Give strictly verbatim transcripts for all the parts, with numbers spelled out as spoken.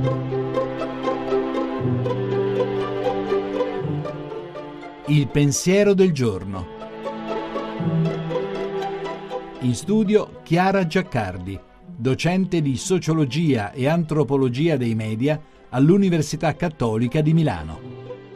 Il pensiero del giorno. In studio Chiara Giaccardi, docente di sociologia e antropologia dei media all'Università Cattolica di Milano.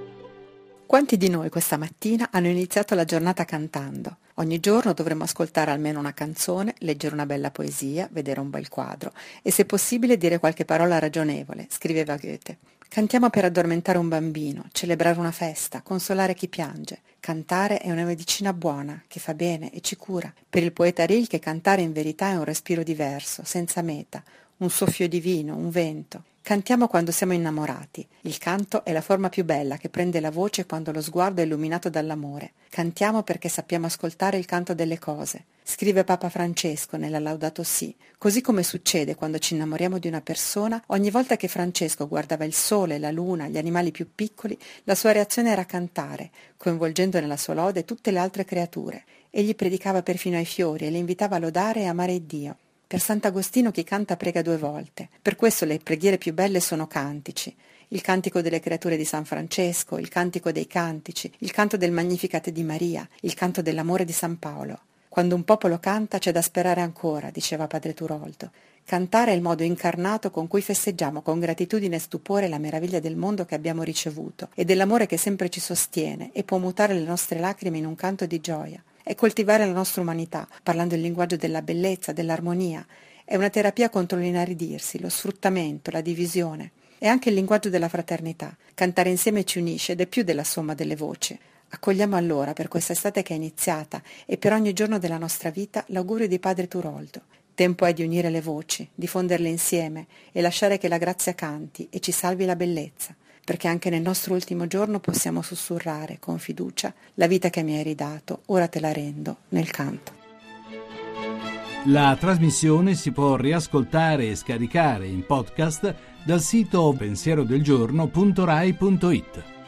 Quanti di noi questa mattina hanno iniziato la giornata cantando? Ogni giorno dovremmo ascoltare almeno una canzone, leggere una bella poesia, vedere un bel quadro e se possibile dire qualche parola ragionevole, scriveva Goethe. Cantiamo per addormentare un bambino, celebrare una festa, consolare chi piange. Cantare è una medicina buona, che fa bene e ci cura. Per il poeta Rilke cantare in verità è un respiro diverso, senza meta, un soffio divino, un vento. Cantiamo quando siamo innamorati. Il canto è la forma più bella che prende la voce quando lo sguardo è illuminato dall'amore. Cantiamo perché sappiamo ascoltare il canto delle cose. Scrive Papa Francesco nella Laudato Si. Così come succede quando ci innamoriamo di una persona, ogni volta che Francesco guardava il sole, la luna, gli animali più piccoli, la sua reazione era cantare, coinvolgendo nella sua lode tutte le altre creature. Egli predicava perfino ai fiori e le invitava a lodare e amare Dio. Per Sant'Agostino chi canta prega due volte. Per questo le preghiere più belle sono cantici. Il cantico delle creature di San Francesco, il cantico dei cantici, il canto del Magnificat di Maria, il canto dell'amore di San Paolo. Quando un popolo canta c'è da sperare ancora, diceva padre Turoldo. Cantare è il modo incarnato con cui festeggiamo con gratitudine e stupore la meraviglia del mondo che abbiamo ricevuto e dell'amore che sempre ci sostiene e può mutare le nostre lacrime in un canto di gioia. È coltivare la nostra umanità, parlando il linguaggio della bellezza, dell'armonia. È una terapia contro l'inaridirsi, lo sfruttamento, la divisione. È anche il linguaggio della fraternità. Cantare insieme ci unisce ed è più della somma delle voci. Accogliamo allora, per questa estate che è iniziata e per ogni giorno della nostra vita, l'augurio di padre Turoldo. Tempo è di unire le voci, di fonderle insieme e lasciare che la grazia canti e ci salvi la bellezza. Perché anche nel nostro ultimo giorno possiamo sussurrare con fiducia: la vita che mi hai ridato, ora te la rendo nel canto. La trasmissione si può riascoltare e scaricare in podcast dal sito pensierodelgiorno punto rai punto it.